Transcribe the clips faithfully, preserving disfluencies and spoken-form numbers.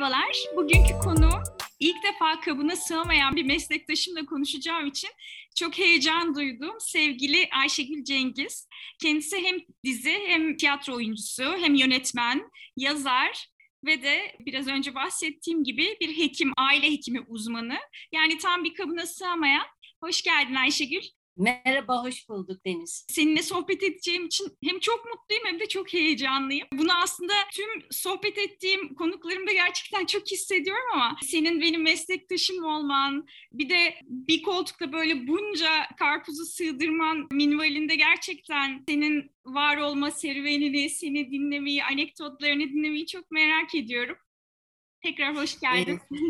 Merhabalar. Bugünkü konuğum ilk defa kabına sığamayan bir meslektaşımla konuşacağım için çok heyecan duydum. Sevgili Ayşegül Cengiz. Kendisi hem dizi hem tiyatro oyuncusu, hem yönetmen, yazar ve de biraz önce bahsettiğim gibi bir hekim, aile hekimi uzmanı. Yani tam bir kabına sığamayan. Hoş geldin Ayşegül. Merhaba, hoş bulduk Deniz. Seninle sohbet edeceğim için hem çok mutluyum hem de çok heyecanlıyım. Bunu aslında tüm sohbet ettiğim konuklarımda gerçekten çok hissediyorum ama senin benim meslektaşım olman, bir de bir koltukta böyle bunca karpuzu sığdırman minvalinde gerçekten senin var olma serüvenini, seni dinlemeyi, anekdotlarını dinlemeyi çok merak ediyorum. Tekrar hoş geldin. Evet.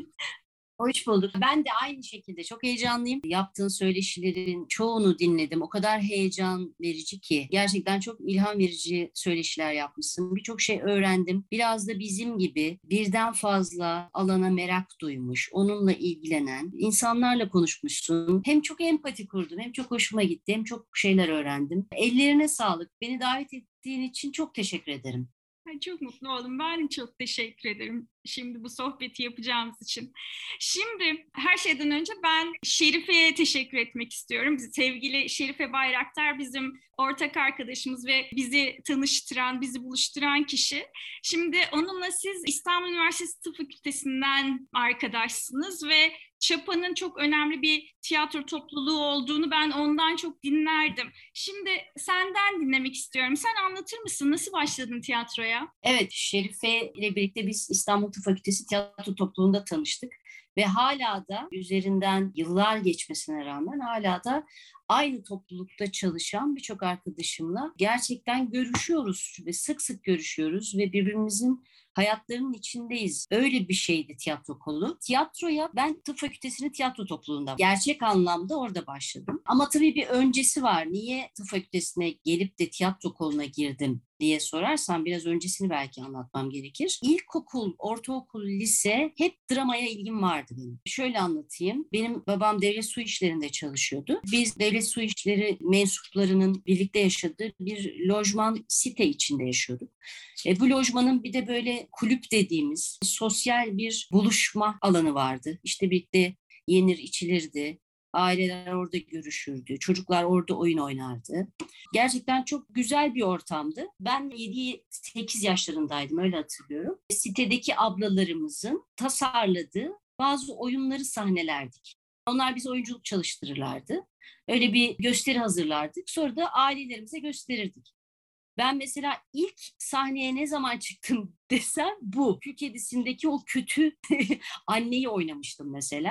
Hoş bulduk. Ben de aynı şekilde çok heyecanlıyım. Yaptığın söyleşilerin çoğunu dinledim. O kadar heyecan verici ki. Gerçekten çok ilham verici söyleşiler yapmışsın. Birçok şey öğrendim. Biraz da bizim gibi birden fazla alana merak duymuş, onunla ilgilenen insanlarla konuşmuşsun. Hem çok empati kurdum, hem çok hoşuma gitti, hem çok şeyler öğrendim. Ellerine sağlık. Beni davet ettiğin için çok teşekkür ederim. Çok mutlu oldum. Ben çok teşekkür ederim şimdi bu sohbeti yapacağımız için. Şimdi her şeyden önce ben Şerife'ye teşekkür etmek istiyorum. Sevgili Şerife Bayraktar bizim ortak arkadaşımız ve bizi tanıştıran, bizi buluşturan kişi. Şimdi onunla siz İstanbul Üniversitesi Tıp Fakültesinden arkadaşsınız ve Çapa'nın çok önemli bir tiyatro topluluğu olduğunu ben ondan çok dinlerdim. Şimdi senden dinlemek istiyorum. Sen anlatır mısın? Nasıl başladın tiyatroya? Evet, Şerife ile birlikte biz İstanbul Tıp Fakültesi Tiyatro Topluluğu'nda tanıştık. Ve hala da üzerinden yıllar geçmesine rağmen hala da aynı toplulukta çalışan birçok arkadaşımla gerçekten görüşüyoruz ve sık sık görüşüyoruz ve birbirimizin hayatlarının içindeyiz. Öyle bir şeydi tiyatro kolu. Tiyatroya ben tıp fakültesinin tiyatro topluluğunda gerçek anlamda orada başladım. Ama tabii bir öncesi var. Niye tıp fakültesine gelip de tiyatro koluna girdim diye sorarsan biraz öncesini belki anlatmam gerekir. İlkokul, ortaokul, lise hep dramaya ilgim vardı benim. Şöyle anlatayım. Benim babam devlet su işlerinde çalışıyordu. Biz devlet su işleri mensuplarının birlikte yaşadığı bir lojman site içinde yaşıyorduk. E, bu lojmanın bir de böyle kulüp dediğimiz sosyal bir buluşma alanı vardı. İşte birlikte yenir içilirdi. Aileler orada görüşürdü. Çocuklar orada oyun oynardı. Gerçekten çok güzel bir ortamdı. Ben yedi sekiz yaşlarındaydım, öyle hatırlıyorum. Sitedeki ablalarımızın tasarladığı bazı oyunları sahnelerdik. Onlar bize oyunculuk çalıştırırlardı. Öyle bir gösteri hazırlardık. Sonra da ailelerimize gösterirdik. Ben mesela ilk sahneye ne zaman çıktım desem bu. Kül Kedisi'ndeki o kötü anneyi oynamıştım mesela.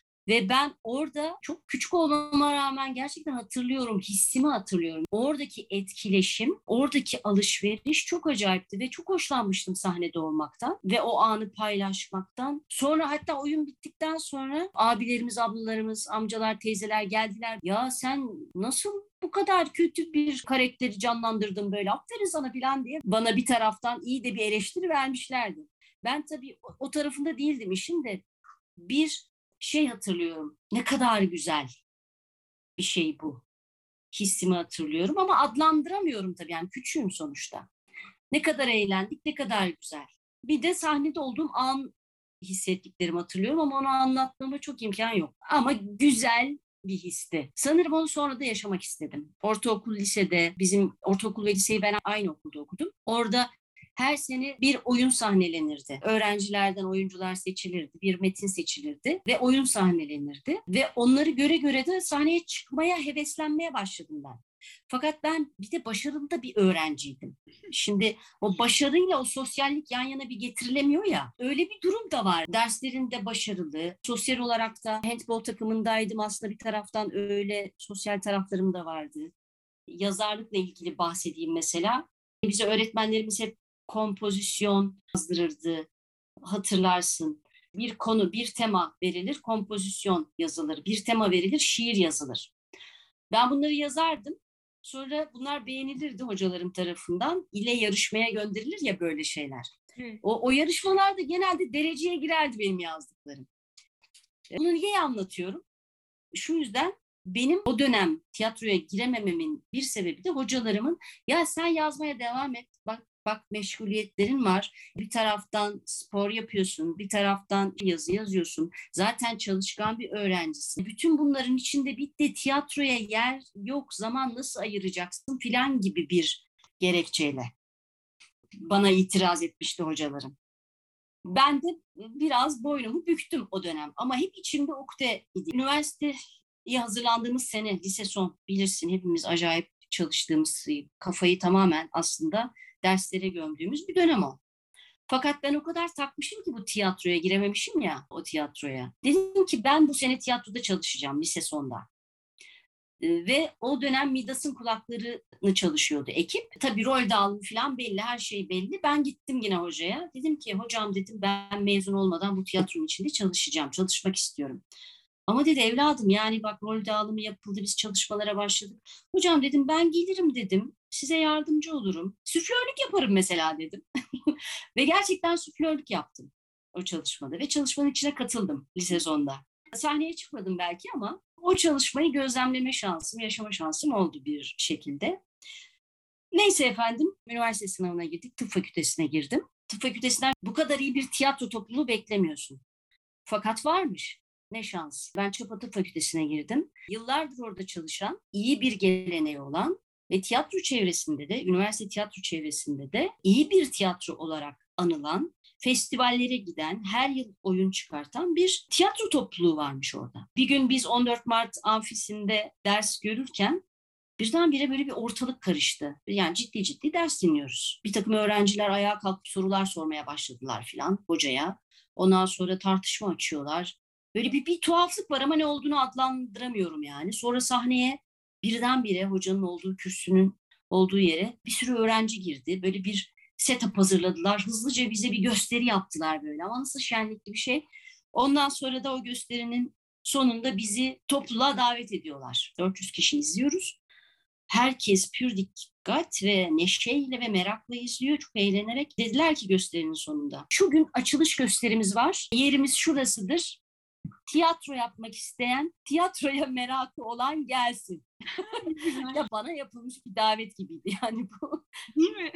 Ve ben orada çok küçük olmama rağmen gerçekten hatırlıyorum, hissimi hatırlıyorum. Oradaki etkileşim, oradaki alışveriş çok acayipti ve çok hoşlanmıştım sahnede olmaktan ve o anı paylaşmaktan. Sonra hatta oyun bittikten sonra abilerimiz, ablalarımız, amcalar, teyzeler geldiler. Ya sen nasıl bu kadar kötü bir karakteri canlandırdın böyle, aferin sana falan diye bana bir taraftan iyi de bir eleştiri vermişlerdi. Ben tabii o, o tarafında değildim işin de bir şey hatırlıyorum. Ne kadar güzel bir şey bu. Hissimi hatırlıyorum ama adlandıramıyorum tabii. Yani küçüğüm sonuçta. Ne kadar eğlendik, ne kadar güzel. Bir de sahnede olduğum an hissettiklerimi hatırlıyorum ama onu anlatmama çok imkan yok. Ama güzel bir histi. Sanırım onu sonra da yaşamak istedim. Ortaokul, lisede, bizim ortaokul ve liseyi ben aynı okulda okudum. Orada her sene bir oyun sahnelenirdi. Öğrencilerden oyuncular seçilirdi, bir metin seçilirdi ve oyun sahnelenirdi. Ve onları göre göre de sahneye çıkmaya, heveslenmeye başladım ben. Fakat ben bir de başarılı da bir öğrenciydim. Şimdi o başarıyla o sosyallik yan yana bir getirilemiyor ya. Öyle bir durum da var. Derslerinde başarılı. Sosyal olarak da handbol takımındaydım. Aslında bir taraftan öyle sosyal taraflarım da vardı. Yazarlıkla ilgili bahsedeyim mesela. Bize öğretmenlerimiz hep kompozisyon yazdırırdı. Hatırlarsın. Bir konu, bir tema verilir, kompozisyon yazılır. Bir tema verilir, şiir yazılır. Ben bunları yazardım. Sonra bunlar beğenilirdi hocalarım tarafından. İle yarışmaya gönderilir ya böyle şeyler. Evet. O, o yarışmalarda genelde dereceye girerdi benim yazdıklarım. Bunu niye anlatıyorum? Şu yüzden benim o dönem tiyatroya giremememin bir sebebi de hocalarımın ya sen yazmaya devam et. Bak Bak meşguliyetlerin var. Bir taraftan spor yapıyorsun, bir taraftan yazı yazıyorsun. Zaten çalışkan bir öğrencisin. Bütün bunların içinde bir de tiyatroya yer yok, zaman nasıl ayıracaksın filan gibi bir gerekçeyle bana itiraz etmişti hocalarım. Ben de biraz boynumu büktüm o dönem ama hep içimde ukde idi. Üniversiteye hazırlandığımız sene, lise son, bilirsin hepimiz acayip çalıştığımız, kafayı tamamen aslında derslere gömdüğümüz bir dönem o. Fakat ben o kadar takmışım ki bu tiyatroya, girememişim ya o tiyatroya. Dedim ki ben bu sene tiyatroda çalışacağım lise sonda. Ve o dönem Midas'ın Kulakları'nı çalışıyordu ekip. Tabii rol dağılımı falan belli, her şey belli. Ben gittim yine hocaya. Dedim ki hocam dedim ben mezun olmadan bu tiyatronun içinde çalışacağım, çalışmak istiyorum. Ama dedi evladım yani bak rol dağılımı yapıldı, biz çalışmalara başladık. Hocam dedim ben gelirim dedim, size yardımcı olurum. Süflörlük yaparım mesela dedim. Ve gerçekten süflörlük yaptım o çalışmada ve çalışmanın içine katıldım lise sonda. Sahneye çıkmadım belki ama o çalışmayı gözlemleme şansım, yaşama şansım oldu bir şekilde. Neyse efendim, üniversite sınavına girdik, tıp fakültesine girdim. Tıp fakültesinden bu kadar iyi bir tiyatro topluluğu beklemiyorsun. Fakat varmış. Ne şans. Ben Çapa Tıp Fakültesine girdim. Yıllardır orada çalışan, iyi bir geleneği olan ve tiyatro çevresinde de, üniversite tiyatro çevresinde de iyi bir tiyatro olarak anılan, festivallere giden, her yıl oyun çıkartan bir tiyatro topluluğu varmış orada. Bir gün biz on dört Mart amfisinde ders görürken birdenbire böyle bir ortalık karıştı. Yani ciddi ciddi ders dinliyoruz. Bir takım öğrenciler ayağa kalkıp sorular sormaya başladılar filan hocaya. Ondan sonra tartışma açıyorlar. Böyle bir, bir tuhaflık var ama ne olduğunu adlandıramıyorum yani. Sonra sahneye birdenbire hocanın olduğu kürsünün olduğu yere bir sürü öğrenci girdi. Böyle bir setup hazırladılar. Hızlıca bize bir gösteri yaptılar böyle ama nasıl şenlikli bir şey. Ondan sonra da o gösterinin sonunda bizi topluluğa davet ediyorlar. dört yüz kişi izliyoruz. Herkes pür dikkat ve neşeyle ve merakla izliyor. Çok eğlenerek. Dediler ki gösterinin sonunda, şu gün açılış gösterimiz var. Yerimiz şurasıdır. Tiyatro yapmak isteyen, tiyatroya merakı olan gelsin. Ya bana yapılmış bir davet gibiydi yani bu. Değil mi?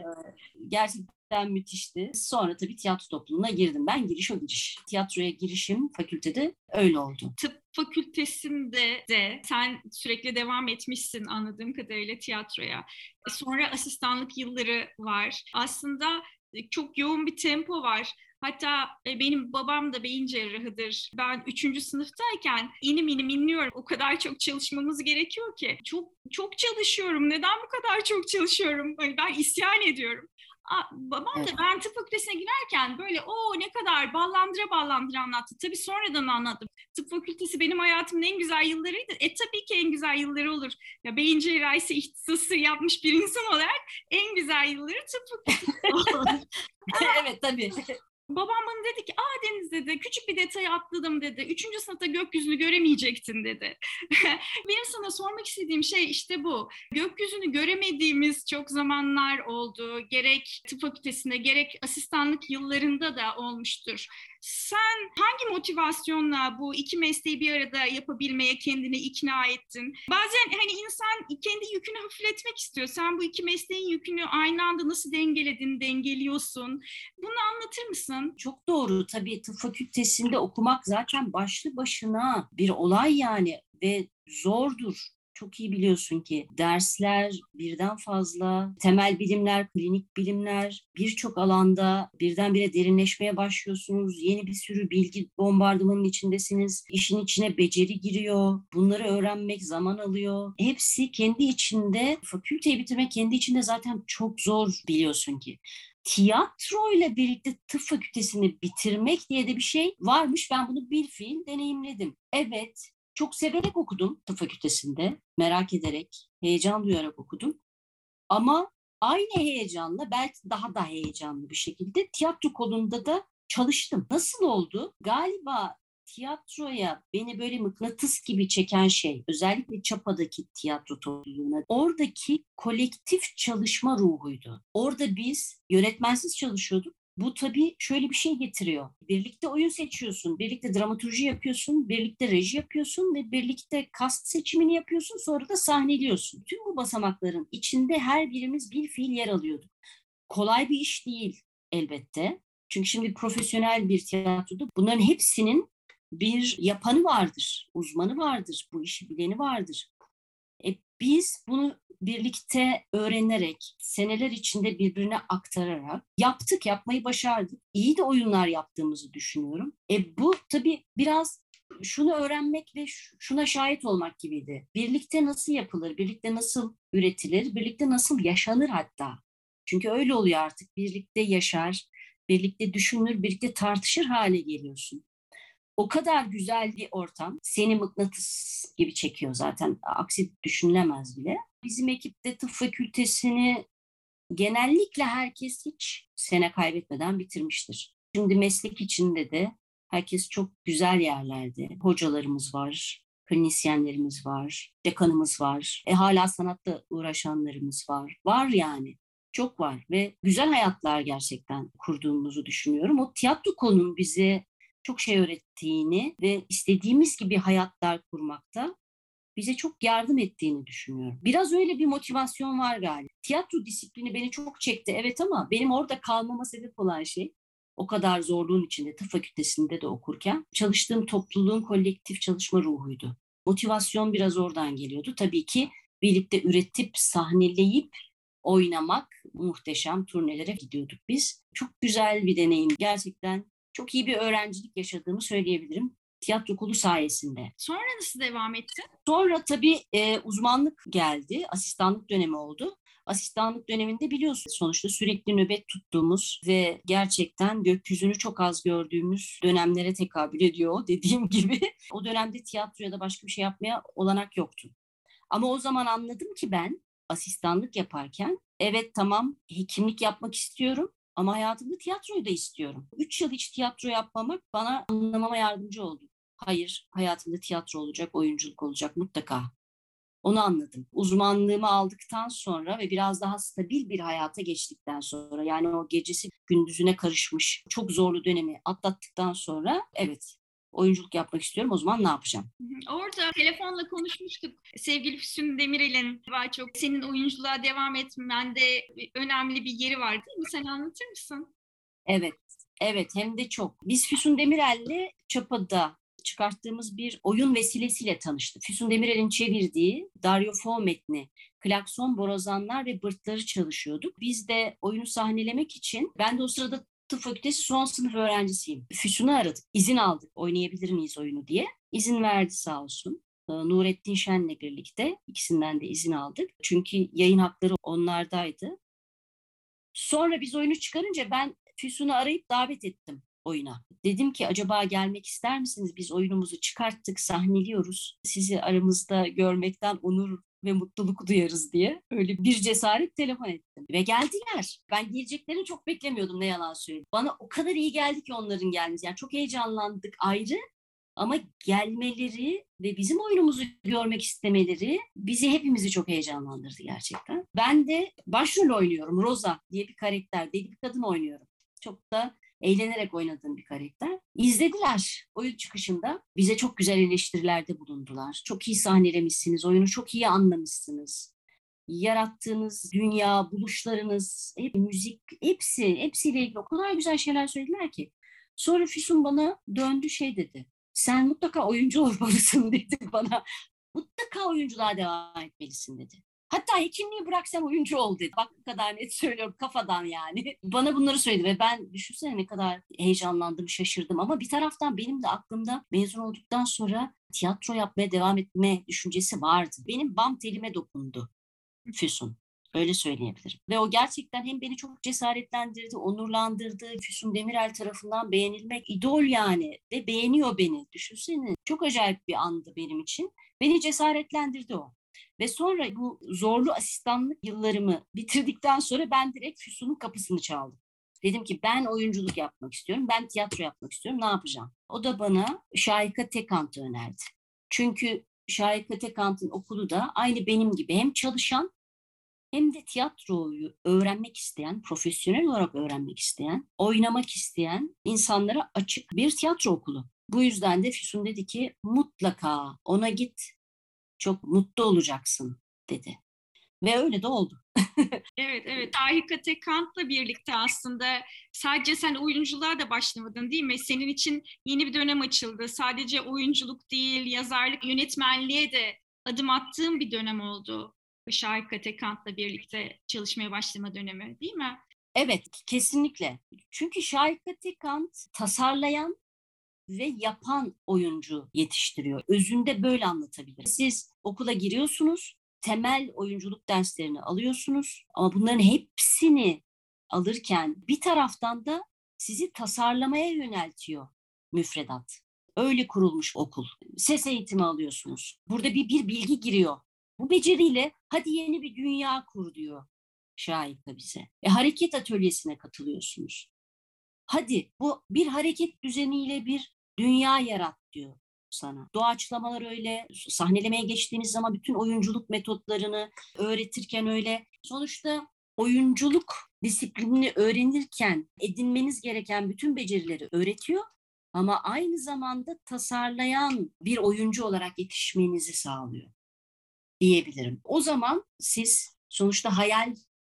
Gerçekten müthişti. Sonra tabii tiyatro topluluğuna girdim. Ben giriş o giriş. Tiyatroya girişim fakültede öyle oldu. Tıp fakültesinde de sen sürekli devam etmişsin anladığım kadarıyla tiyatroya. Sonra asistanlık yılları var. Aslında çok yoğun bir tempo var. Hatta benim babam da beyin cerrahıdır. Ben üçüncü sınıftayken inim inim inliyorum. O kadar çok çalışmamız gerekiyor ki. Çok çok çalışıyorum. Neden bu kadar çok çalışıyorum? Hani ben isyan ediyorum. Aa, babam da ben tıp fakültesine girerken böyle o ne kadar ballandıra ballandıra anlattı. Tabii sonradan anladım. Tıp fakültesi benim hayatımın en güzel yıllarıydı. E tabii ki en güzel yılları olur. Ya beyin cerrahisi ihtisası yapmış bir insan olarak en güzel yılları tıp fakültesi olur. Evet tabii. Babam bana dedi ki aa Deniz dedi küçük bir detayı atladım dedi. Üçüncü sınıfta gökyüzünü göremeyecektin dedi. Benim sana sormak istediğim şey işte bu. Gökyüzünü göremediğimiz çok zamanlar oldu. Gerek tıp fakültesinde gerek asistanlık yıllarında da olmuştur. Sen hangi motivasyonla bu iki mesleği bir arada yapabilmeye kendini ikna ettin? Bazen hani insan kendi yükünü hafifletmek istiyor. Sen bu iki mesleğin yükünü aynı anda nasıl dengeledin, dengeliyorsun? Bunu anlatır mısın? Çok doğru. Tabii tıp fakültesinde okumak zaten başlı başına bir olay yani ve zordur. Çok iyi biliyorsun ki dersler birden fazla, temel bilimler, klinik bilimler, birçok alanda birdenbire derinleşmeye başlıyorsunuz. Yeni bir sürü bilgi bombardımanın içindesiniz. İşin içine beceri giriyor. Bunları öğrenmek zaman alıyor. Hepsi kendi içinde, fakülteyi bitirmek kendi içinde zaten çok zor biliyorsun ki. Tiyatro ile birlikte tıp fakültesini bitirmek diye de bir şey varmış. Ben bunu bilfiil deneyimledim. Evet, çok severek okudum tıp fakültesinde. Merak ederek, heyecan duyarak okudum. Ama aynı heyecanla, belki daha da heyecanlı bir şekilde tiyatro kolunda da çalıştım. Nasıl oldu? Galiba tiyatroya beni böyle mıknatıs gibi çeken şey, özellikle Çapa'daki tiyatro topluluğuna, oradaki kolektif çalışma ruhuydu. Orada biz yönetmensiz çalışıyorduk. Bu tabii şöyle bir şey getiriyor. Birlikte oyun seçiyorsun, birlikte dramaturji yapıyorsun, birlikte reji yapıyorsun ve birlikte kast seçimini yapıyorsun, sonra da sahneliyorsun. Tüm bu basamakların içinde her birimiz bir fiil yer alıyorduk. Kolay bir iş değil elbette. Çünkü şimdi profesyonel bir tiyatroda bunların hepsinin bir yapanı vardır, uzmanı vardır, bu işi bileni vardır. E, biz bunu birlikte öğrenerek, seneler içinde birbirine aktararak yaptık, yapmayı başardık. İyi de oyunlar yaptığımızı düşünüyorum. E, bu tabii biraz şunu öğrenmek ve şuna şahit olmak gibiydi. Birlikte nasıl yapılır, birlikte nasıl üretilir, birlikte nasıl yaşanır hatta. Çünkü öyle oluyor artık. Birlikte yaşar, birlikte düşünür, birlikte tartışır hale geliyorsun. O kadar güzel bir ortam. Seni mıknatıs gibi çekiyor zaten. Aksi düşünülemez bile. Bizim ekipte tıp fakültesini genellikle herkes hiç sene kaybetmeden bitirmiştir. Şimdi meslek içinde de herkes çok güzel yerlerde. Hocalarımız var, klinisyenlerimiz var, dekanımız var. E, hala sanatla uğraşanlarımız var. Var yani. Çok var ve güzel hayatlar gerçekten kurduğumuzu düşünüyorum. O tiyatro konunun bize çok şey öğrettiğini ve istediğimiz gibi hayatlar kurmakta bize çok yardım ettiğini düşünüyorum. Biraz öyle bir motivasyon var galiba. Tiyatro disiplini beni çok çekti evet ama benim orada kalmama sebep olan şey o kadar zorluğun içinde tıp fakültesinde de okurken çalıştığım topluluğun kolektif çalışma ruhuydu. Motivasyon biraz oradan geliyordu. Tabii ki birlikte üretip sahneleyip oynamak muhteşem turnelere gidiyorduk biz. Çok güzel bir deneyim. Gerçekten çok iyi bir öğrencilik yaşadığımı söyleyebilirim tiyatro okulu sayesinde. Sonra nasıl devam etti? Sonra tabii e, uzmanlık geldi. Asistanlık dönemi oldu. Asistanlık döneminde biliyorsunuz sonuçta sürekli nöbet tuttuğumuz ve gerçekten gökyüzünü çok az gördüğümüz dönemlere tekabül ediyor dediğim gibi. O dönemde tiyatro ya da başka bir şey yapmaya olanak yoktu. Ama o zaman anladım ki ben asistanlık yaparken evet tamam hekimlik yapmak istiyorum ama hayatımda tiyatroyu da istiyorum. Üç yıl hiç tiyatro yapmamak bana anlamama yardımcı oldu. Hayır, hayatımda tiyatro olacak, oyunculuk olacak mutlaka. Onu anladım. Uzmanlığımı aldıktan sonra ve biraz daha stabil bir hayata geçtikten sonra yani o gecesi gündüzüne karışmış çok zorlu dönemi atlattıktan sonra evet oyunculuk yapmak istiyorum. O zaman ne yapacağım? Orada telefonla konuşmuştuk. Sevgili Füsun Demirel'in daha çok senin oyunculuğa devam etmende önemli bir yeri var değil mi? Sen anlatır mısın? Evet, evet hem de çok. Biz Füsun Demirel'le Çapa'da çıkarttığımız bir oyun vesilesiyle tanıştık. Füsun Demirel'in çevirdiği Dario Fo metni, klakson, borazanlar ve bırtları çalışıyorduk. Biz de oyunu sahnelemek için, ben de o sırada tıp fakültesi son sınıf öğrencisiyim. Füsun'u aradık, izin aldık oynayabilir miyiz oyunu diye. İzin verdi sağ olsun. Nurettin Şen'le birlikte ikisinden de izin aldık. Çünkü yayın hakları onlardaydı. Sonra biz oyunu çıkarınca ben Füsun'u arayıp davet ettim oyuna. Dedim ki acaba gelmek ister misiniz? Biz oyunumuzu çıkarttık, sahneliyoruz. Sizi aramızda görmekten onur ve mutluluk duyarız diye. Öyle bir cesaret telefon ettim. Ve geldiler. Ben geleceklerini çok beklemiyordum ne yalan söyleyeyim. Bana o kadar iyi geldi ki onların gelmesi. Yani çok heyecanlandık ayrı. Ama gelmeleri ve bizim oyunumuzu görmek istemeleri bizi hepimizi çok heyecanlandırdı gerçekten. Ben de başrol oynuyorum. Rosa diye bir karakter. Deli bir kadın oynuyorum. Çok da eğlenerek oynadığım bir karakter. İzlediler oyun çıkışında. Bize çok güzel eleştirilerde bulundular. Çok iyi sahnelemişsiniz. Oyunu çok iyi anlamışsınız. Yarattığınız dünya, buluşlarınız, hep, müzik, hepsi, hepsiyle ilgili o kadar güzel şeyler söylediler ki. Sonra Füsun bana döndü şey dedi. Sen mutlaka oyuncu olmalısın dedi bana. Mutlaka oyunculuğa devam etmelisin dedi. Hatta hekimliği bırak sen oyuncu ol dedi. Bak bu kadar net söylüyorum kafadan yani. Bana bunları söyledi ve ben düşünsene ne kadar heyecanlandım, şaşırdım. Ama bir taraftan benim de aklımda mezun olduktan sonra tiyatro yapmaya devam etme düşüncesi vardı. Benim bam telime dokundu Füsun. Öyle söyleyebilirim. Ve o gerçekten hem beni çok cesaretlendirdi, onurlandırdı. Füsun Demirel tarafından beğenilmek idol yani. Ve beğeniyor beni. Düşünsene. Çok acayip bir andı benim için. Beni cesaretlendirdi o. Ve sonra bu zorlu asistanlık yıllarımı bitirdikten sonra ben direkt Füsun'un kapısını çaldım. Dedim ki ben oyunculuk yapmak istiyorum. Ben tiyatro yapmak istiyorum. Ne yapacağım? O da bana Şahika Tekant'ı önerdi. Çünkü Şahika Tekant'ın okulu da aynı benim gibi hem çalışan hem de tiyatroyu öğrenmek isteyen, profesyonel olarak öğrenmek isteyen, oynamak isteyen insanlara açık bir tiyatro okulu. Bu yüzden de Füsun dedi ki mutlaka ona git, çok mutlu olacaksın dedi. Ve öyle de oldu. Evet, evet. Tahika Tekant'la birlikte aslında sadece sen oyunculuğa da başlamadın değil mi? Senin için yeni bir dönem açıldı. Sadece oyunculuk değil, yazarlık, yönetmenliğe de adım attığın bir dönem oldu. Şahika Tekant'la birlikte çalışmaya başlama dönemi değil mi? Evet, kesinlikle. Çünkü Şahika Tekant tasarlayan ve yapan oyuncu yetiştiriyor. Özünde böyle anlatabilirim. Siz okula giriyorsunuz, temel oyunculuk derslerini alıyorsunuz ama bunların hepsini alırken bir taraftan da sizi tasarlamaya yöneltiyor müfredat. Öyle kurulmuş okul. Ses eğitimi alıyorsunuz. Burada bir, bir bilgi giriyor. Bu beceriyle hadi yeni bir dünya kur diyor Şahika bize. E, hareket atölyesine katılıyorsunuz. Hadi bu bir hareket düzeniyle bir dünya yarat diyor sana. Doğaçlamalar öyle, sahnelemeye geçtiğiniz zaman bütün oyunculuk metotlarını öğretirken öyle. Sonuçta oyunculuk disiplinini öğrenirken edinmeniz gereken bütün becerileri öğretiyor. Ama aynı zamanda tasarlayan bir oyuncu olarak yetişmenizi sağlıyor diyebilirim. O zaman siz sonuçta hayal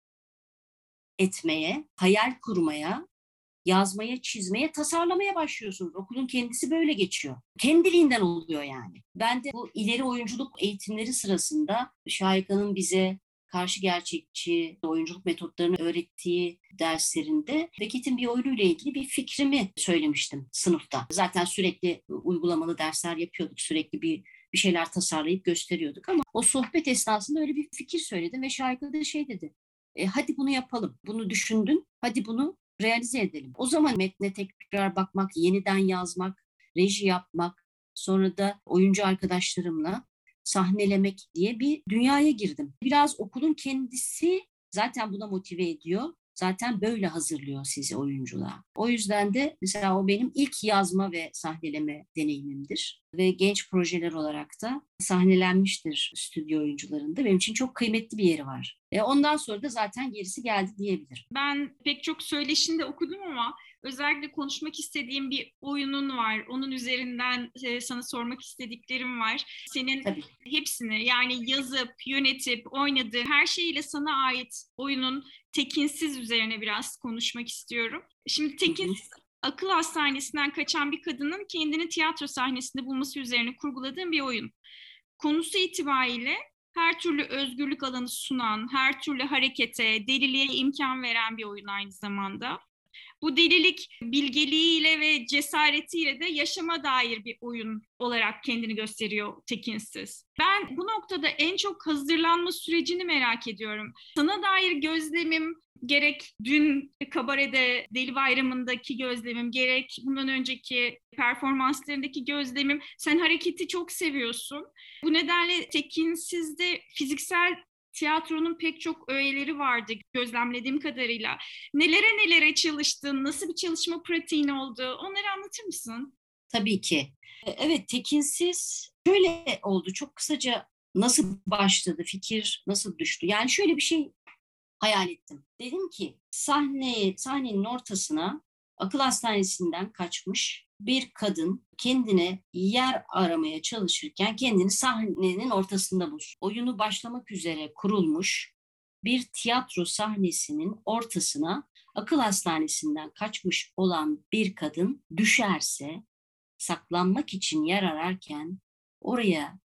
etmeye, hayal kurmaya, yazmaya, çizmeye, tasarlamaya başlıyorsunuz. Okulun kendisi böyle geçiyor. Kendiliğinden oluyor yani. Ben de bu ileri oyunculuk eğitimleri sırasında Şahika'nın bize karşı gerçekçi oyunculuk metotlarını öğrettiği derslerinde Beckett'in bir oyunuyla ilgili bir fikrimi söylemiştim sınıfta. Zaten sürekli uygulamalı dersler yapıyorduk. Sürekli bir bir şeyler tasarlayıp gösteriyorduk ama o sohbet esnasında öyle bir fikir söyledim ve Şahika da şey dedi. E, hadi bunu yapalım. Bunu düşündün. Hadi bunu realize edelim. O zaman metne tekrar bakmak, yeniden yazmak, reji yapmak, sonra da oyuncu arkadaşlarımla sahnelemek diye bir dünyaya girdim. Biraz okulun kendisi zaten buna motive ediyor. Zaten böyle hazırlıyor sizi oyunculuğa. O yüzden de mesela o benim ilk yazma ve sahneleme deneyimimdir. Ve genç projeler olarak da sahnelenmiştir stüdyo oyuncularında. Benim için çok kıymetli bir yeri var. E ondan sonra da zaten gerisi geldi diyebilirim. Ben pek çok söyleşinde okudum ama özellikle konuşmak istediğim bir oyunun var. Onun üzerinden e, sana sormak istediklerim var. Senin Tabii. hepsini yani yazıp, yönetip, oynadığı her şeyiyle sana ait oyunun Tekinsiz üzerine biraz konuşmak istiyorum. Şimdi Tekinsiz akıl hastanesinden kaçan bir kadının kendini tiyatro sahnesinde bulması üzerine kurguladığım bir oyun. Konusu itibariyle her türlü özgürlük alanı sunan, her türlü harekete, deliliğe imkan veren bir oyun aynı zamanda. Bu delilik bilgeliğiyle ve cesaretiyle de yaşama dair bir oyun olarak kendini gösteriyor Tekinsiz. Ben bu noktada en çok hazırlanma sürecini merak ediyorum. Sana dair gözlemim gerek dün Kabare'de Deli Bayramı'ndaki gözlemim, gerek bundan önceki performanslarındaki gözlemim. Sen hareketi çok seviyorsun. Bu nedenle Tekinsiz'de fiziksel tiyatronun pek çok öğeleri vardı gözlemlediğim kadarıyla. Nelere nelere çalıştın, nasıl bir çalışma pratiğin oldu? Onları anlatır mısın? Tabii ki. Evet, Tekinsiz şöyle oldu. Çok kısaca nasıl başladı, fikir nasıl düştü? Yani şöyle bir şey hayal ettim. Dedim ki sahneyi, sahnenin ortasına akıl hastanesinden kaçmış bir kadın kendine yer aramaya çalışırken kendini sahnenin ortasında bulsun. Oyunu başlamak üzere kurulmuş bir tiyatro sahnesinin ortasına akıl hastanesinden kaçmış olan bir kadın düşerse, saklanmak için yer ararken oraya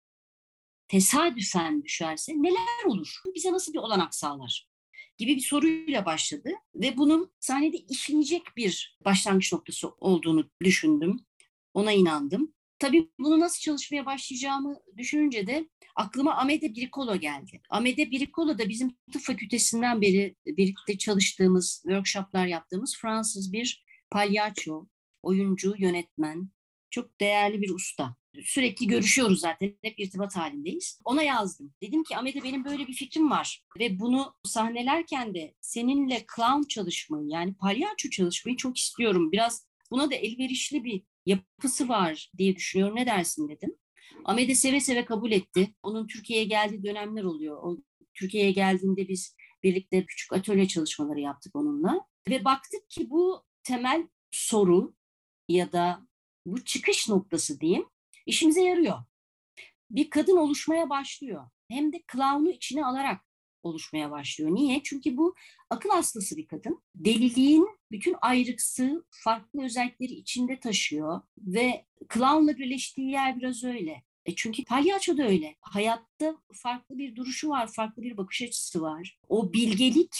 tesadüfen düşerse neler olur? Bize nasıl bir olanak sağlar? Gibi bir soruyla başladı ve bunun sahnede işleyecek bir başlangıç noktası olduğunu düşündüm. Ona inandım. Tabii bunu nasıl çalışmaya başlayacağımı düşününce de aklıma Amede Birikolo geldi. Amede Birikolo da bizim tıp fakültesinden beri birlikte çalıştığımız, workshoplar yaptığımız Fransız bir palyaço, oyuncu, yönetmen, çok değerli bir usta. Sürekli görüşüyoruz zaten. Hep irtibat halindeyiz. Ona yazdım. Dedim ki Amede benim böyle bir fikrim var. Ve bunu sahnelerken de seninle clown çalışmayı yani palyaço çalışmayı çok istiyorum. Biraz buna da elverişli bir yapısı var diye düşünüyorum. Ne dersin dedim. Amede seve seve kabul etti. Onun Türkiye'ye geldiği dönemler oluyor. O Türkiye'ye geldiğinde biz birlikte küçük atölye çalışmaları yaptık onunla. Ve baktık ki bu temel soru ya da bu çıkış noktası diyeyim işimize yarıyor. Bir kadın oluşmaya başlıyor. Hem de clown'u içine alarak oluşmaya başlıyor. Niye? Çünkü bu akıl hastası bir kadın. Deliliğin bütün ayrıksı, farklı özellikleri içinde taşıyor ve clown'la birleştiği yer biraz öyle. E çünkü palyaço da öyle. Hayatta farklı bir duruşu var, farklı bir bakış açısı var. O bilgelik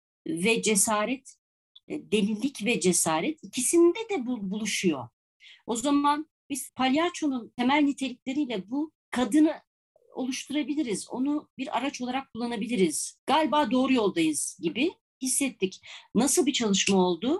ve cesaret, e, delilik ve cesaret ikisinde de bu, buluşuyor. O zaman biz palyaçonun temel nitelikleriyle bu kadını oluşturabiliriz. Onu bir araç olarak kullanabiliriz. Galiba doğru yoldayız gibi hissettik. Nasıl bir çalışma oldu?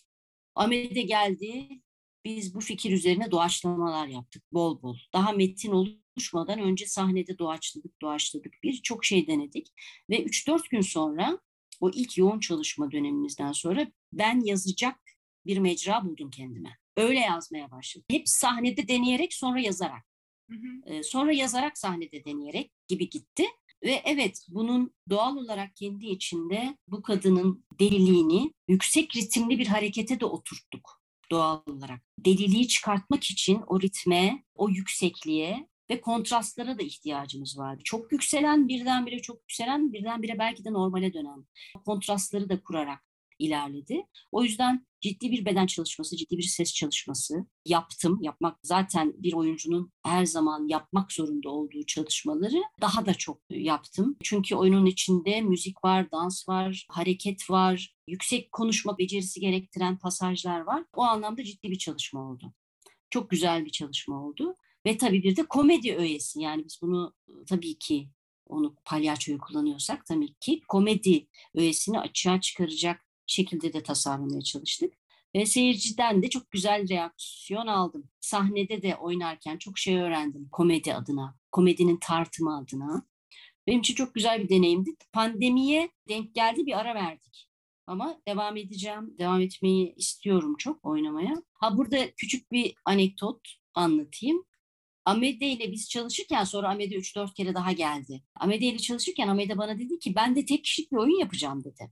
Ahmet'e geldi. Biz bu fikir üzerine doğaçlamalar yaptık bol bol. Daha metin oluşmadan önce sahnede doğaçladık, doğaçladık. Birçok şey denedik. Ve üç dört gün sonra, o ilk yoğun çalışma dönemimizden sonra ben yazacak bir mecra buldum kendime. Öyle yazmaya başladım. Hep sahnede deneyerek, sonra yazarak. Hı hı. Ee, sonra yazarak, sahnede deneyerek gibi gitti. Ve evet, bunun doğal olarak kendi içinde bu kadının deliliğini yüksek ritimli bir harekete de oturttuk doğal olarak. Deliliği çıkartmak için o ritme, o yüksekliğe ve kontrastlara da ihtiyacımız vardı. Çok yükselen, birdenbire çok yükselen, birdenbire belki de normale dönen kontrastları da kurarak ilerledi. O yüzden ciddi bir beden çalışması, ciddi bir ses çalışması yaptım. Yapmak zaten bir oyuncunun her zaman yapmak zorunda olduğu çalışmaları daha da çok yaptım. Çünkü oyunun içinde müzik var, dans var, hareket var, yüksek konuşma becerisi gerektiren pasajlar var. O anlamda ciddi bir çalışma oldu. Çok güzel bir çalışma oldu. Ve tabii bir de komedi öğesi. Yani biz bunu tabii ki, onu palyaçoyu kullanıyorsak tabii ki komedi öğesini açığa çıkaracak şekilde de tasarlamaya çalıştık. Ve seyirciden de çok güzel reaksiyon aldım. Sahnede de oynarken çok şey öğrendim komedi adına, komedinin tartımı adına. Benim için çok güzel bir deneyimdi. Pandemiye denk geldi, bir ara verdik. Ama devam edeceğim, devam etmeyi istiyorum çok oynamaya. Ha, burada küçük bir anekdot anlatayım. Amede ile biz çalışırken, sonra Amede üç dört kere daha geldi. Amede ile çalışırken Amede bana dedi ki ben de tek kişilik bir oyun yapacağım dedi.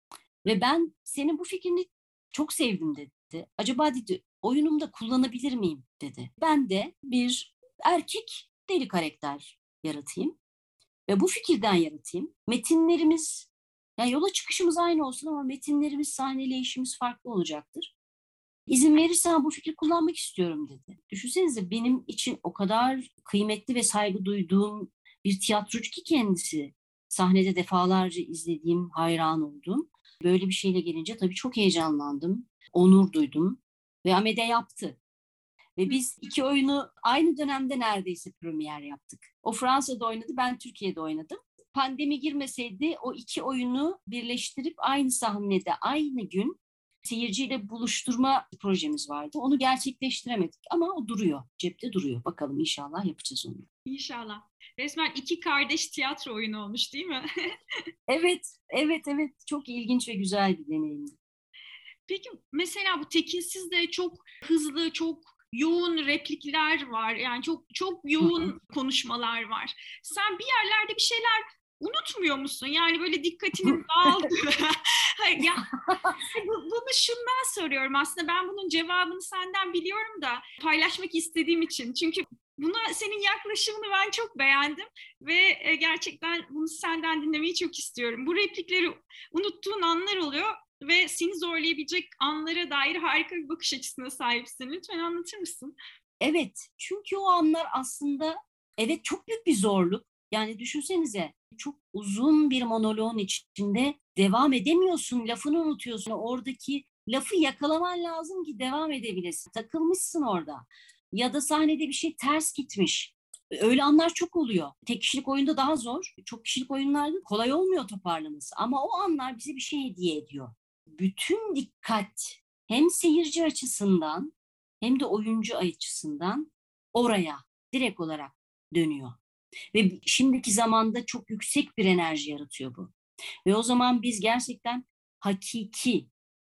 Ve ben senin bu fikrini çok sevdim dedi. Acaba dedi oyunumda kullanabilir miyim dedi. Ben de bir erkek deli karakter yaratayım ve bu fikirden yaratayım. Metinlerimiz, yani yola çıkışımız aynı olsun ama metinlerimiz, sahneleyişimiz farklı olacaktır. İzin verirsen bu fikri kullanmak istiyorum dedi. Düşünsenize, benim için o kadar kıymetli ve saygı duyduğum bir tiyatrocu ki kendisi. Sahnede defalarca izlediğim, hayran olduğum. Böyle bir şeyle gelince tabii çok heyecanlandım, onur duydum ve Amede yaptı. Ve biz iki oyunu aynı dönemde neredeyse premier yaptık. O Fransa'da oynadı, ben Türkiye'de oynadım. Pandemi girmeseydi o iki oyunu birleştirip aynı sahnede, aynı gün seyirciyle buluşturma projemiz vardı. Onu gerçekleştiremedik ama o duruyor, cepte duruyor. Bakalım, inşallah yapacağız onu. İnşallah. Resmen iki kardeş tiyatro oyunu olmuş değil mi? Evet, evet, evet. Çok ilginç ve güzel bir deneyimdi. Peki mesela bu Tekinsiz de çok hızlı, çok yoğun replikler var. Yani çok çok yoğun konuşmalar var. Sen bir yerlerde bir şeyler unutmuyor musun? Yani böyle dikkatinin dağıldığı. ya, bunu şundan soruyorum aslında. Ben bunun cevabını senden biliyorum da paylaşmak istediğim için. Çünkü buna senin yaklaşımını ben çok beğendim ve gerçekten bunu senden dinlemeyi çok istiyorum. Bu replikleri unuttuğun anlar oluyor ve seni zorlayabilecek anlara dair harika bir bakış açısına sahipsin. Lütfen anlatır mısın? Evet, çünkü o anlar aslında, evet, çok büyük bir zorluk. Yani düşünsenize, çok uzun bir monoloğun içinde devam edemiyorsun, lafını unutuyorsun. Oradaki lafı yakalaman lazım ki devam edebilesin. Takılmışsın orada. Ya da sahnede bir şey ters gitmiş. Öyle anlar çok oluyor. Tek kişilik oyunda daha zor. Çok kişilik oyunlarda kolay olmuyor toparlaması. Ama o anlar bize bir şey hediye ediyor. Bütün dikkat, hem seyirci açısından hem de oyuncu açısından oraya direkt olarak dönüyor. Ve şimdiki zamanda çok yüksek bir enerji yaratıyor bu. Ve o zaman biz gerçekten hakiki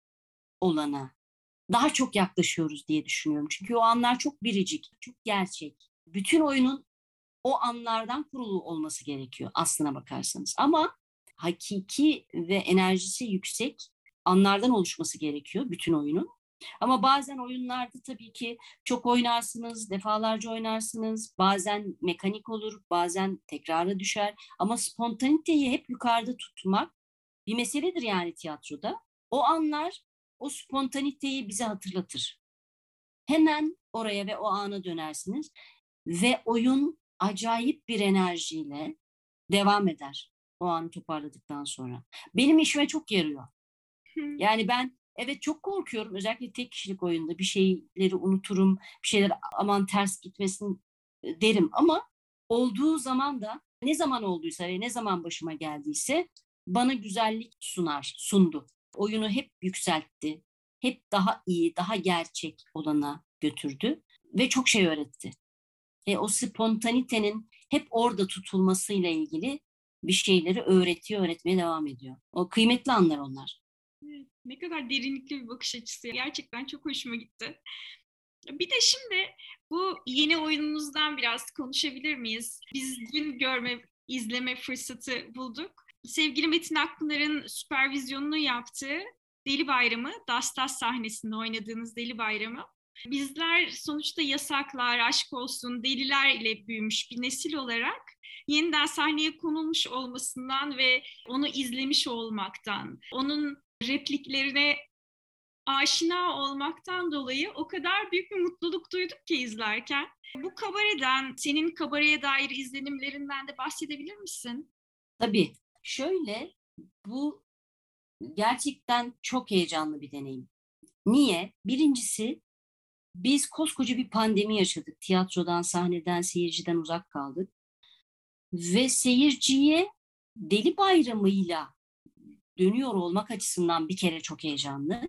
olana daha çok yaklaşıyoruz diye düşünüyorum. Çünkü o anlar çok biricik, çok gerçek. Bütün oyunun o anlardan kurulu olması gerekiyor aslına bakarsanız. Ama hakiki ve enerjisi yüksek anlardan oluşması gerekiyor bütün oyunun. Ama bazen oyunlarda tabii ki çok oynarsınız, defalarca oynarsınız. Bazen mekanik olur, bazen tekrara düşer. Ama spontaniteyi hep yukarıda tutmak bir meseledir yani tiyatroda. O anlar o spontaniteyi bize hatırlatır. Hemen oraya ve o ana dönersiniz ve oyun acayip bir enerjiyle devam eder o anı toparladıktan sonra. Benim işime çok yarıyor. Yani ben evet çok korkuyorum. Özellikle tek kişilik oyunda bir şeyleri unuturum, bir şeyler aman ters gitmesin derim. Ama olduğu zaman da ne zaman olduysa ve ne zaman başıma geldiyse bana güzellik sunar, sundu. Oyunu hep yükseltti. Hep daha iyi, daha gerçek olana götürdü ve çok şey öğretti. E, o spontanitenin hep orada tutulmasıyla ilgili bir şeyleri öğretiyor, öğretmeye devam ediyor. O kıymetli anlar onlar. Evet, ne kadar derinlikli bir bakış açısı. Gerçekten çok hoşuma gitti. Bir de şimdi bu yeni oyunumuzdan biraz konuşabilir miyiz? Biz dün görme, izleme fırsatı bulduk. Sevgili Metin Akpınar'ın süpervizyonunu yaptığı Deli Bayramı, Dastas sahnesinde oynadığınız Deli Bayramı. Bizler sonuçta yasaklar, aşk olsun, deliler ile büyümüş bir nesil olarak yeniden sahneye konulmuş olmasından ve onu izlemiş olmaktan, onun repliklerine aşina olmaktan dolayı o kadar büyük bir mutluluk duyduk ki izlerken. Bu kabareden, senin kabareye dair izlenimlerinden de bahsedebilir misin? Tabii. Şöyle, bu gerçekten çok heyecanlı bir deneyim. Niye? Birincisi, biz koskoca bir pandemi yaşadık. Tiyatrodan, sahneden, seyirciden uzak kaldık. Ve seyirciye Deli Bayramı'yla dönüyor olmak açısından bir kere çok heyecanlı.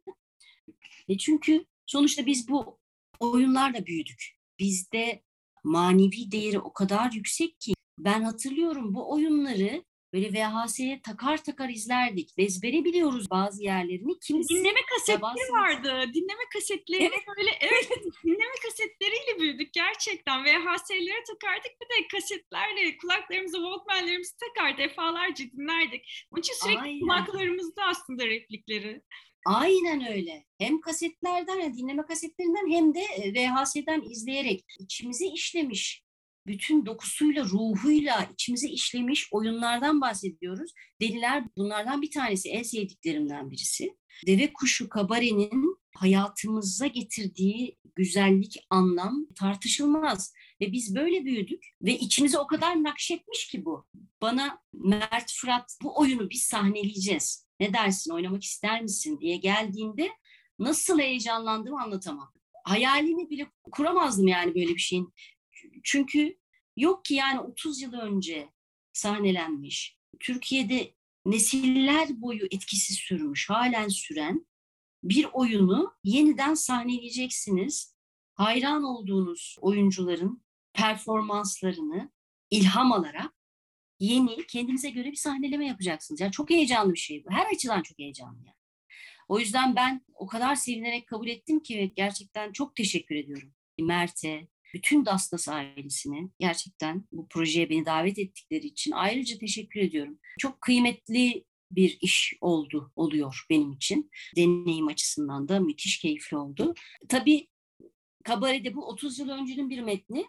E çünkü sonuçta biz bu oyunlarla büyüdük. Bizde manevi değeri o kadar yüksek ki ben hatırlıyorum bu oyunları böyle V H S'ye takar takar izlerdik. Ezbere biliyoruz bazı yerlerini. Kimisi Dinleme kasetleri bazı... vardı. Dinleme kasetleri evet. böyle evet dinleme kasetleriyle büyüdük gerçekten. V H S'lere takardık bir de kasetlerle kulaklarımıza Walkman'lerimizi takar defalarca dinlerdik. Onun için sürekli Aynen. kulaklarımızda aslında replikleri. Aynen öyle. Hem kasetlerden, dinleme kasetlerinden hem de V H S'den izleyerek içimize işlemiş, bütün dokusuyla, ruhuyla içimize işlemiş oyunlardan bahsediyoruz. Deliler bunlardan bir tanesi, en sevdiklerimden birisi. Deve Kuşu Kabare'nin hayatımıza getirdiği güzellik, anlam tartışılmaz. Ve biz böyle büyüdük ve içimize o kadar nakşetmiş ki bu. Bana Mert Fırat bu oyunu biz sahneleyeceğiz. Ne dersin, oynamak ister misin diye geldiğinde nasıl heyecanlandığımı anlatamam. Hayalini bile kuramazdım yani böyle bir şeyin. Çünkü yok ki yani otuz yıl önce sahnelenmiş, Türkiye'de nesiller boyu etkisi sürmüş, halen süren bir oyunu yeniden sahneleyeceksiniz. Hayran olduğunuz oyuncuların performanslarını ilham alarak yeni, kendinize göre bir sahneleme yapacaksınız. Yani çok heyecanlı bir şey bu. Her açıdan çok heyecanlı yani. O yüzden ben o kadar sevinerek kabul ettim ki gerçekten çok teşekkür ediyorum. Mert'e, bütün Dastas ailesine gerçekten bu projeye beni davet ettikleri için ayrıca teşekkür ediyorum. Çok kıymetli bir iş oldu, oluyor benim için. Deneyim açısından da müthiş keyifli oldu. Tabii Kabare'de bu otuz yıl öncenin bir metni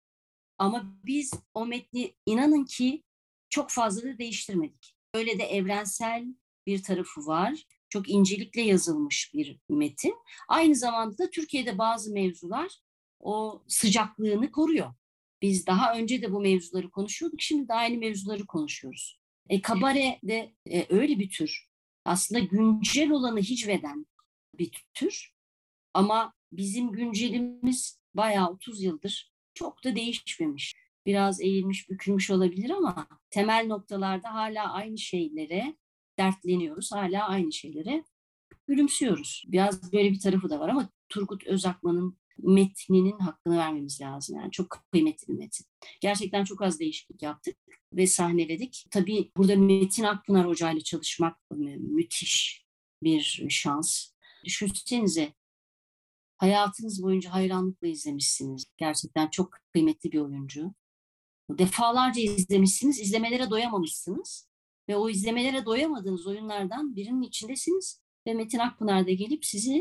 ama biz o metni inanın ki çok fazla da değiştirmedik. Öyle de evrensel bir tarafı var. Çok incelikle yazılmış bir metin. Aynı zamanda da Türkiye'de bazı mevzular o sıcaklığını koruyor. Biz daha önce de bu mevzuları konuşuyorduk, şimdi de aynı mevzuları konuşuyoruz. E, kabare de e, öyle bir tür. Aslında güncel olanı hicveden bir tür. Ama bizim güncelimiz bayağı otuz yıldır çok da değişmemiş. Biraz eğilmiş, bükülmüş olabilir ama temel noktalarda hala aynı şeylere dertleniyoruz. Hala aynı şeylere gülümsüyoruz. Biraz böyle bir tarafı da var ama Turgut Özakman'ın metninin hakkını vermemiz lazım. Yani çok kıymetli bir metin. Gerçekten çok az değişiklik yaptık ve sahneledik. Tabii burada Metin Akpınar Hoca ile çalışmak mü- müthiş bir şans. Düşünsenize, hayatınız boyunca hayranlıkla izlemişsiniz. Gerçekten çok kıymetli bir oyuncu. Defalarca izlemişsiniz, izlemelere doyamamışsınız. Ve o izlemelere doyamadığınız oyunlardan birinin içindesiniz. Ve Metin Akpınar da gelip sizi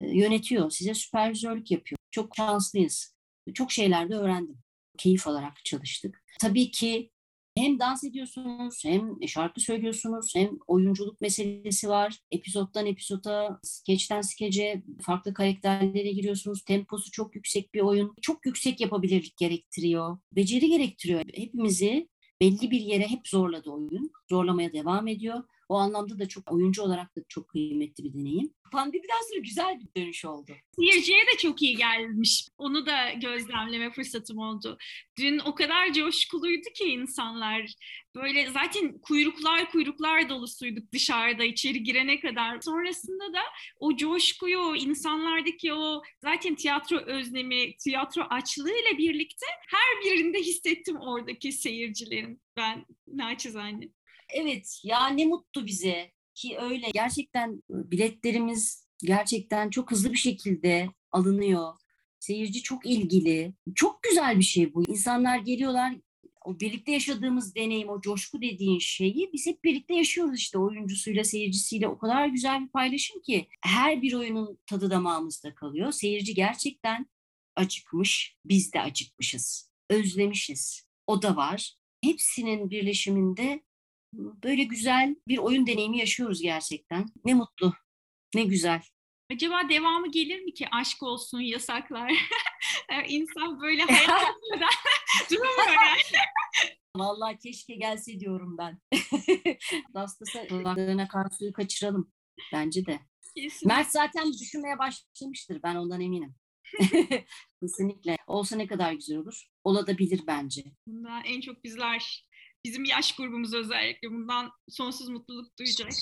yönetiyor, size süpervizörlük yapıyor. Çok şanslıyız. Çok şeyler de öğrendim. Keyif alarak çalıştık. Tabii ki hem dans ediyorsunuz, hem şarkı söylüyorsunuz, hem oyunculuk meselesi var. Epizottan epizoda, skeçten skece farklı karakterlere giriyorsunuz. Temposu çok yüksek bir oyun. Çok yüksek yapabilirlik gerektiriyor. Beceri gerektiriyor. Hepimizi belli bir yere hep zorladı oyun. Zorlamaya devam ediyor. O anlamda da çok oyuncu olarak da çok kıymetli bir deneyim. Pandemiden sonra güzel bir dönüş oldu. Seyirciye de çok iyi gelmiş. Onu da gözlemleme fırsatım oldu. Dün o kadar coşkuluydu ki insanlar. Böyle zaten kuyruklar kuyruklar dolusuyduk dışarıda içeri girene kadar. Sonrasında da o coşkuyu, o insanlardaki o zaten tiyatro özlemi, tiyatro açlığıyla birlikte her birinde hissettim oradaki seyircilerin. Ben naçizane. Evet ya, ne mutlu bize ki öyle. Gerçekten biletlerimiz gerçekten çok hızlı bir şekilde alınıyor. Seyirci çok ilgili. Çok güzel bir şey bu. İnsanlar geliyorlar. O birlikte yaşadığımız deneyim, o coşku dediğin şeyi biz hep birlikte yaşıyoruz işte, oyuncusuyla, seyircisiyle. O kadar güzel bir paylaşım ki her bir oyunun tadı damağımızda kalıyor. Seyirci gerçekten acıkmış, biz de acıkmışız. Özlemişiz. O da var. Hepsinin birleşiminde böyle güzel bir oyun deneyimi yaşıyoruz gerçekten. Ne mutlu, ne güzel. Acaba devamı gelir mi ki aşk olsun yasaklar? İnsan böyle hayatında duramıyor yani. Vallahi keşke gelse diyorum ben. Lastasa kulaklarına kar suyu kaçıralım. Bence de. Kesinlikle. Mert zaten düşünmeye başlamıştır. Ben ondan eminim. Kesinlikle. Olsa ne kadar güzel olur. Olabilir bence. Bundan en çok bizler, bizim yaş grubumuz özellikle bundan sonsuz mutluluk duyacak.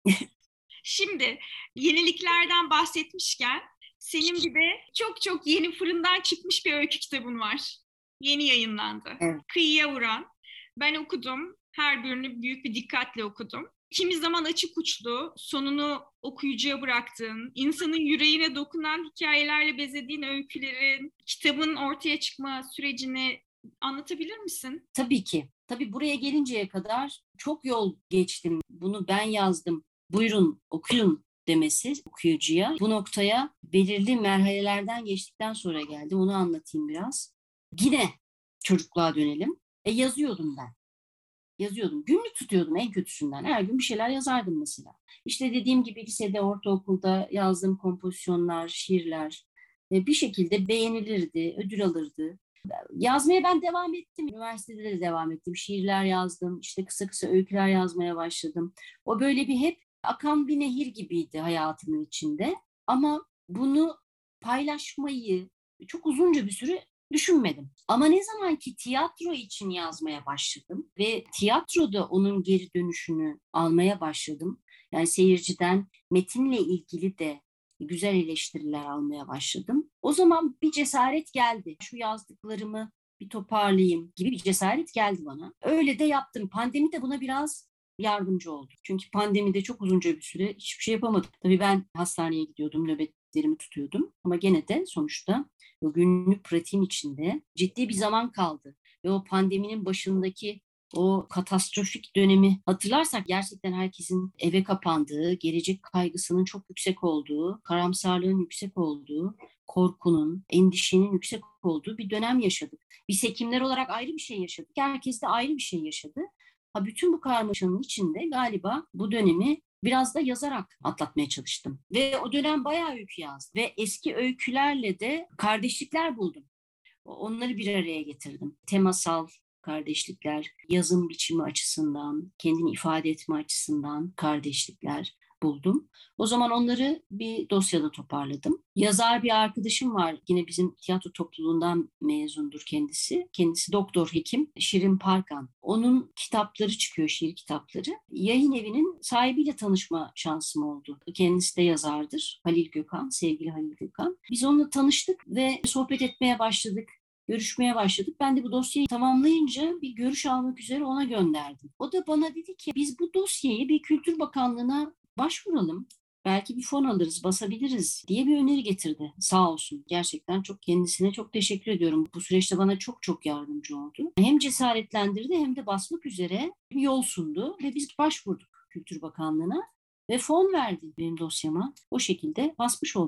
Şimdi yeniliklerden bahsetmişken senin bir de çok çok yeni fırından çıkmış bir öykü kitabın var. Yeni yayınlandı. Evet. Kıyıya Vuran. Ben okudum. Her birini büyük bir dikkatle okudum. Kimi zaman açık uçlu, sonunu okuyucuya bıraktığın, insanın yüreğine dokunan hikayelerle bezediğin öykülerin, kitabın ortaya çıkma sürecini anlatabilir misin? Tabii ki. Tabii buraya gelinceye kadar çok yol geçtim. Bunu ben yazdım. Buyurun okuyun demesi okuyucuya. Bu noktaya belirli merhalelerden geçtikten sonra geldi. Onu anlatayım biraz. Yine çocukluğa dönelim. E yazıyordum ben. Yazıyordum. Günlük tutuyordum en kötüsünden. Her gün bir şeyler yazardım mesela. İşte dediğim gibi lisede, ortaokulda yazdığım kompozisyonlar, şiirler e, bir şekilde beğenilirdi, ödül alırdı. Yazmaya ben devam ettim. Üniversitede de devam ettim. Şiirler yazdım. İşte kısa kısa öyküler yazmaya başladım. O böyle bir hep akan bir nehir gibiydi hayatımın içinde. Ama bunu paylaşmayı çok uzunca bir süre düşünmedim. Ama ne zaman ki tiyatro için yazmaya başladım ve tiyatroda onun geri dönüşünü almaya başladım. Yani seyirciden metinle ilgili de güzel eleştiriler almaya başladım. O zaman bir cesaret geldi. Şu yazdıklarımı bir toparlayayım gibi bir cesaret geldi bana. Öyle de yaptım. Pandemi de buna biraz yardımcı oldu. Çünkü pandemide çok uzunca bir süre hiçbir şey yapamadım. Tabii ben hastaneye gidiyordum, nöbetlerimi tutuyordum. Ama gene de sonuçta o günlük pratiğim içinde ciddi bir zaman kaldı. Ve o pandeminin başındaki o katastrofik dönemi hatırlarsak gerçekten herkesin eve kapandığı, gelecek kaygısının çok yüksek olduğu, karamsarlığın yüksek olduğu, korkunun, endişenin yüksek olduğu bir dönem yaşadık. Biz hekimler olarak ayrı bir şey yaşadık. Herkes de ayrı bir şey yaşadı. Ha, bütün bu karmaşanın içinde galiba bu dönemi biraz da yazarak atlatmaya çalıştım. Ve o dönem bayağı öykü yazdım. Ve eski öykülerle de kardeşlikler buldum. Onları bir araya getirdim. Temasal kardeşlikler, yazım biçimi açısından, kendini ifade etme açısından kardeşlikler buldum. O zaman onları bir dosyada toparladım. Yazar bir arkadaşım var. Yine bizim tiyatro topluluğundan mezundur kendisi. Kendisi doktor hekim Şirin Parkan. Onun kitapları çıkıyor, şiir kitapları. Yayın evinin sahibiyle tanışma şansım oldu. Kendisi de yazardır. Halil Gökhan, sevgili Halil Gökhan. Biz onunla tanıştık ve sohbet etmeye başladık. Görüşmeye başladık. Ben de bu dosyayı tamamlayınca bir görüş almak üzere ona gönderdim. O da bana dedi ki biz bu dosyayı bir Kültür Bakanlığı'na başvuralım. Belki bir fon alırız, basabiliriz diye bir öneri getirdi. Sağ olsun. Gerçekten çok kendisine çok teşekkür ediyorum. Bu süreçte bana çok çok yardımcı oldu. Hem cesaretlendirdi hem de basmak üzere bir yol sundu ve biz başvurduk Kültür Bakanlığı'na ve fon verdi benim dosyama. O şekilde basmış olduk.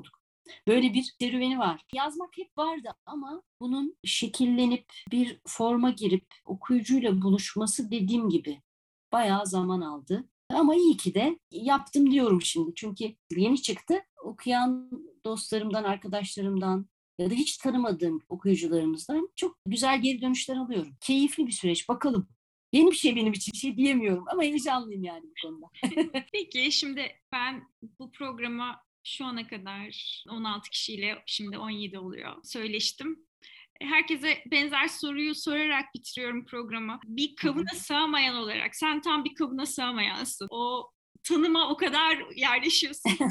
Böyle bir serüveni var. Yazmak hep vardı ama bunun şekillenip bir forma girip okuyucuyla buluşması dediğim gibi bayağı zaman aldı. Ama iyi ki de yaptım diyorum şimdi. Çünkü yeni çıktı. Okuyan dostlarımdan, arkadaşlarımdan ya da hiç tanımadığım okuyucularımızdan çok güzel geri dönüşler alıyorum. Keyifli bir süreç. Bakalım. Yeni bir şey benim için, bir şey diyemiyorum ama heyecanlıyım yani bu konuda. Peki şimdi ben bu programa şu ana kadar on altı kişiyle, şimdi on yedi oluyor, söyleştim. Herkese benzer soruyu sorarak bitiriyorum programı. Bir kabına sığamayan olarak, sen tam bir kabına sığamayansın. O tanıma o kadar yerleşiyorsun ki.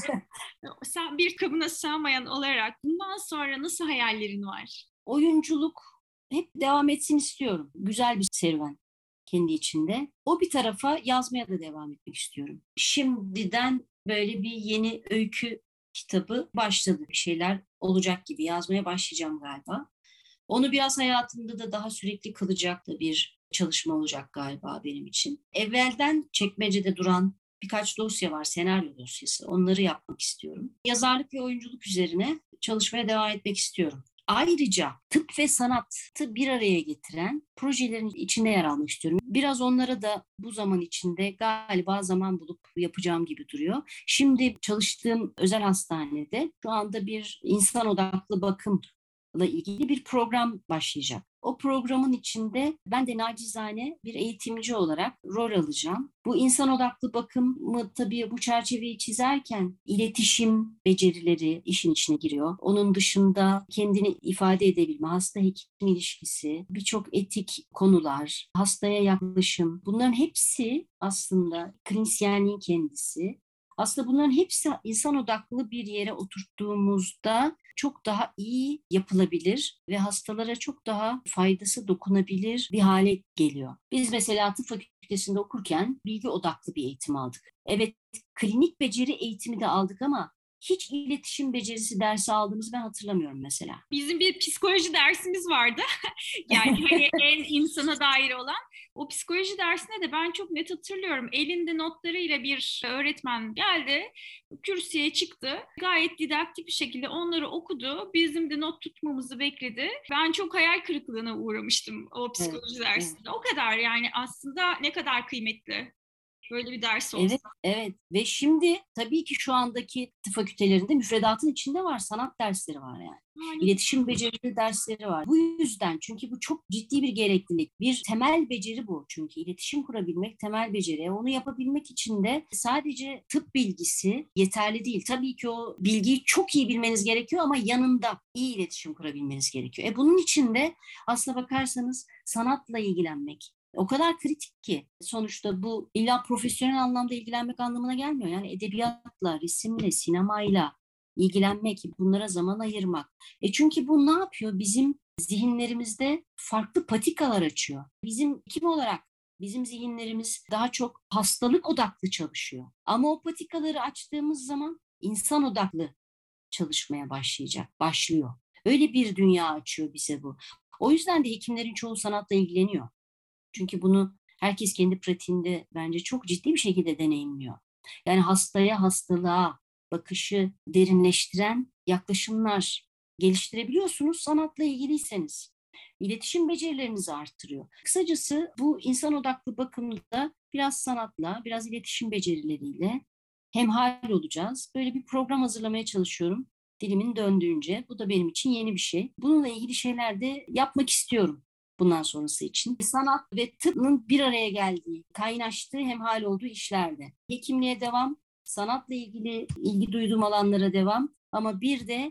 Sen bir kabına sığamayan olarak bundan sonra nasıl hayallerin var? Oyunculuk hep devam etsin istiyorum. Güzel bir serüven kendi içinde. O bir tarafa, yazmaya da devam etmek istiyorum. Şimdiden böyle bir yeni öykü kitabı başladı. Bir şeyler olacak gibi, yazmaya başlayacağım galiba. Onu biraz hayatımda da daha sürekli kılacak da bir çalışma olacak galiba benim için. Evvelden çekmecede duran birkaç dosya var, senaryo dosyası. Onları yapmak istiyorum. Yazarlık ve oyunculuk üzerine çalışmaya devam etmek istiyorum. Ayrıca tıp ve sanatı bir araya getiren projelerin içinde yer almak istiyorum. Biraz onlara da bu zaman içinde galiba zaman bulup yapacağım gibi duruyor. Şimdi çalıştığım özel hastanede şu anda bir insan odaklı bakım ile ilgili bir program başlayacak. O programın içinde ben de nacizane bir eğitimci olarak rol alacağım. Bu insan odaklı bakımı tabii bu çerçeveyi çizerken iletişim becerileri işin içine giriyor. Onun dışında kendini ifade edebilme, hasta-hekim ilişkisi, birçok etik konular, hastaya yaklaşım, bunların hepsi aslında klinisyenliğin kendisi. Aslında bunların hepsi insan odaklı bir yere oturttuğumuzda çok daha iyi yapılabilir ve hastalara çok daha faydası dokunabilir bir hale geliyor. Biz mesela tıp fakültesinde okurken bilgi odaklı bir eğitim aldık. Evet, klinik beceri eğitimi de aldık ama hiç iletişim becerisi dersi aldığımızı ben hatırlamıyorum mesela. Bizim bir psikoloji dersimiz vardı. Yani hani en insana dair olan. O psikoloji dersine de ben çok net hatırlıyorum. Elinde notlarıyla bir öğretmen geldi, kürsüye çıktı. Gayet didaktik bir şekilde onları okudu. Bizim de not tutmamızı bekledi. Ben çok hayal kırıklığına uğramıştım o Evet, psikoloji evet. dersinde. O kadar yani, aslında ne kadar kıymetli böyle bir ders olsa. Evet, evet. Ve şimdi tabii ki şu andaki tıp fakültelerinde müfredatın içinde var, sanat dersleri var yani. Yani İletişim becerileri dersleri var. Bu yüzden, çünkü bu çok ciddi bir gereklilik. Bir temel beceri bu çünkü. iletişim kurabilmek temel beceri. Onu yapabilmek için de sadece tıp bilgisi yeterli değil. Tabii ki o bilgiyi çok iyi bilmeniz gerekiyor ama yanında iyi iletişim kurabilmeniz gerekiyor. E bunun için de aslına bakarsanız sanatla ilgilenmek o kadar kritik ki. Sonuçta bu illa profesyonel anlamda ilgilenmek anlamına gelmiyor. Yani edebiyatla, resimle, sinemayla ilgilenmek, bunlara zaman ayırmak. E çünkü bu ne yapıyor? Bizim zihinlerimizde farklı patikalar açıyor. Bizim kim olarak bizim zihinlerimiz daha çok hastalık odaklı çalışıyor. Ama o patikaları açtığımız zaman insan odaklı çalışmaya başlayacak, başlıyor. Öyle bir dünya açıyor bize bu. O yüzden de hekimlerin çoğu sanatla ilgileniyor. Çünkü bunu herkes kendi pratiğinde bence çok ciddi bir şekilde deneyimliyor. Yani hastaya, hastalığa bakışı derinleştiren yaklaşımlar geliştirebiliyorsunuz sanatla ilgiliyseniz. İletişim becerilerinizi arttırıyor. Kısacası bu insan odaklı bakımda biraz sanatla, biraz iletişim becerileriyle hemhal olacağız. Böyle bir program hazırlamaya çalışıyorum dilimin döndüğünce. Bu da benim için yeni bir şey. Bununla ilgili şeyler de yapmak istiyorum bundan sonrası için. Sanat ve tıbbın bir araya geldiği, kaynaştığı, hemhal olduğu işlerde. Hekimliğe devam, sanatla ilgili ilgi duyduğum alanlara devam ama bir de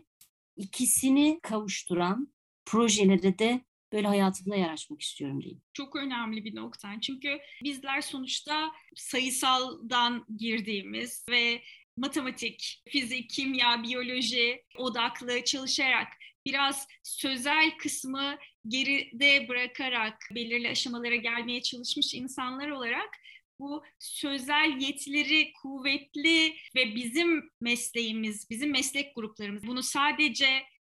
ikisini kavuşturan projelere de böyle hayatımda yer açmak istiyorum diyeyim. Çok önemli bir nokta. Çünkü bizler sonuçta sayısaldan girdiğimiz ve matematik, fizik, kimya, biyoloji odaklı çalışarak biraz sözel kısmı geride bırakarak belirli aşamalara gelmeye çalışmış insanlar olarak bu sözel yetileri kuvvetli ve bizim mesleğimiz, bizim meslek gruplarımız bunu sadece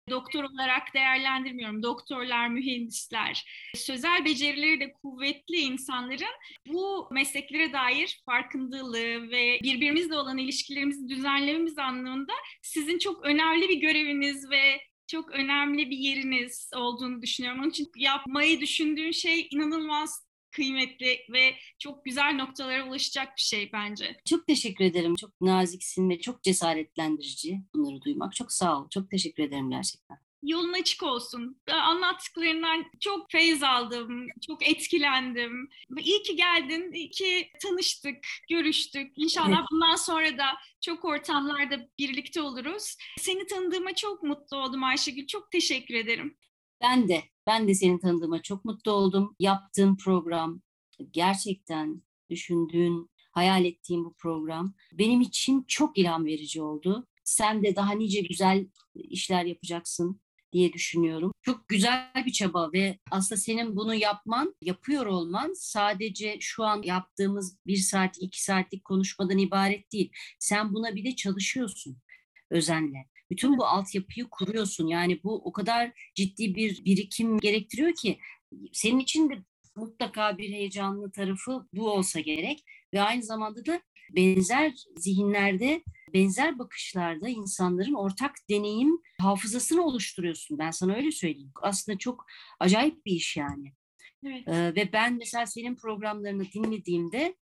doktor olarak değerlendirmiyorum. Doktorlar, mühendisler, sözel becerileri de kuvvetli insanların bu mesleklere dair farkındalığı ve birbirimizle olan ilişkilerimizi düzenlememiz anlamında sizin çok önemli bir göreviniz ve çok önemli bir yeriniz olduğunu düşünüyorum. Onun için yapmayı düşündüğün şey inanılmaz kıymetli ve çok güzel noktalara ulaşacak bir şey bence. Çok teşekkür ederim. Çok naziksin ve çok cesaretlendirici bunları duymak. Çok sağ ol. Çok teşekkür ederim gerçekten. Yolun açık olsun. Anlattıklarından çok feyz aldım, çok etkilendim. İyi ki geldin, iyi ki tanıştık, görüştük. İnşallah evet. Bundan sonra da çok ortamlarda birlikte oluruz. Seni tanıdığıma çok mutlu oldum Ayşegül. Çok teşekkür ederim. Ben de, ben de seni tanıdığıma çok mutlu oldum. Yaptığın program, gerçekten düşündüğün, hayal ettiğin bu program benim için çok ilham verici oldu. Sen de daha nice güzel işler yapacaksın diye düşünüyorum. Çok güzel bir çaba ve aslında senin bunu yapman, yapıyor olman sadece şu an yaptığımız bir saat, iki saatlik konuşmadan ibaret değil. Sen buna bir de çalışıyorsun özenle. Bütün bu altyapıyı kuruyorsun. Yani bu o kadar ciddi bir birikim gerektiriyor ki senin için de mutlaka bir heyecanlı tarafı bu olsa gerek. Ve aynı zamanda da benzer zihinlerde, benzer bakışlarda insanların ortak deneyim hafızasını oluşturuyorsun. Ben sana öyle söyleyeyim. Aslında çok acayip bir iş yani. Evet. Ee, ve ben mesela senin programlarını dinlediğimde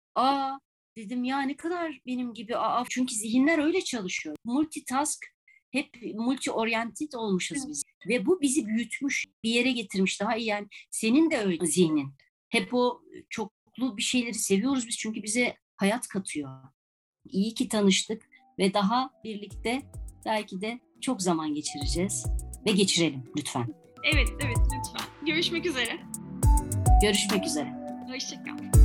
aa dedim ya ne kadar benim gibi aa çünkü zihinler öyle çalışıyor. Multitask, hep multi-oriented olmuşuz evet. Biz. Ve bu bizi büyütmüş, bir yere getirmiş daha iyi. Yani senin de öyle zihnin. Hep o çoklu bir şeyleri seviyoruz biz çünkü bize hayat katıyor. İyi ki tanıştık ve daha birlikte belki de çok zaman geçireceğiz ve geçirelim lütfen. Evet, evet lütfen. Görüşmek üzere. Görüşmek üzere. Hoşça kal.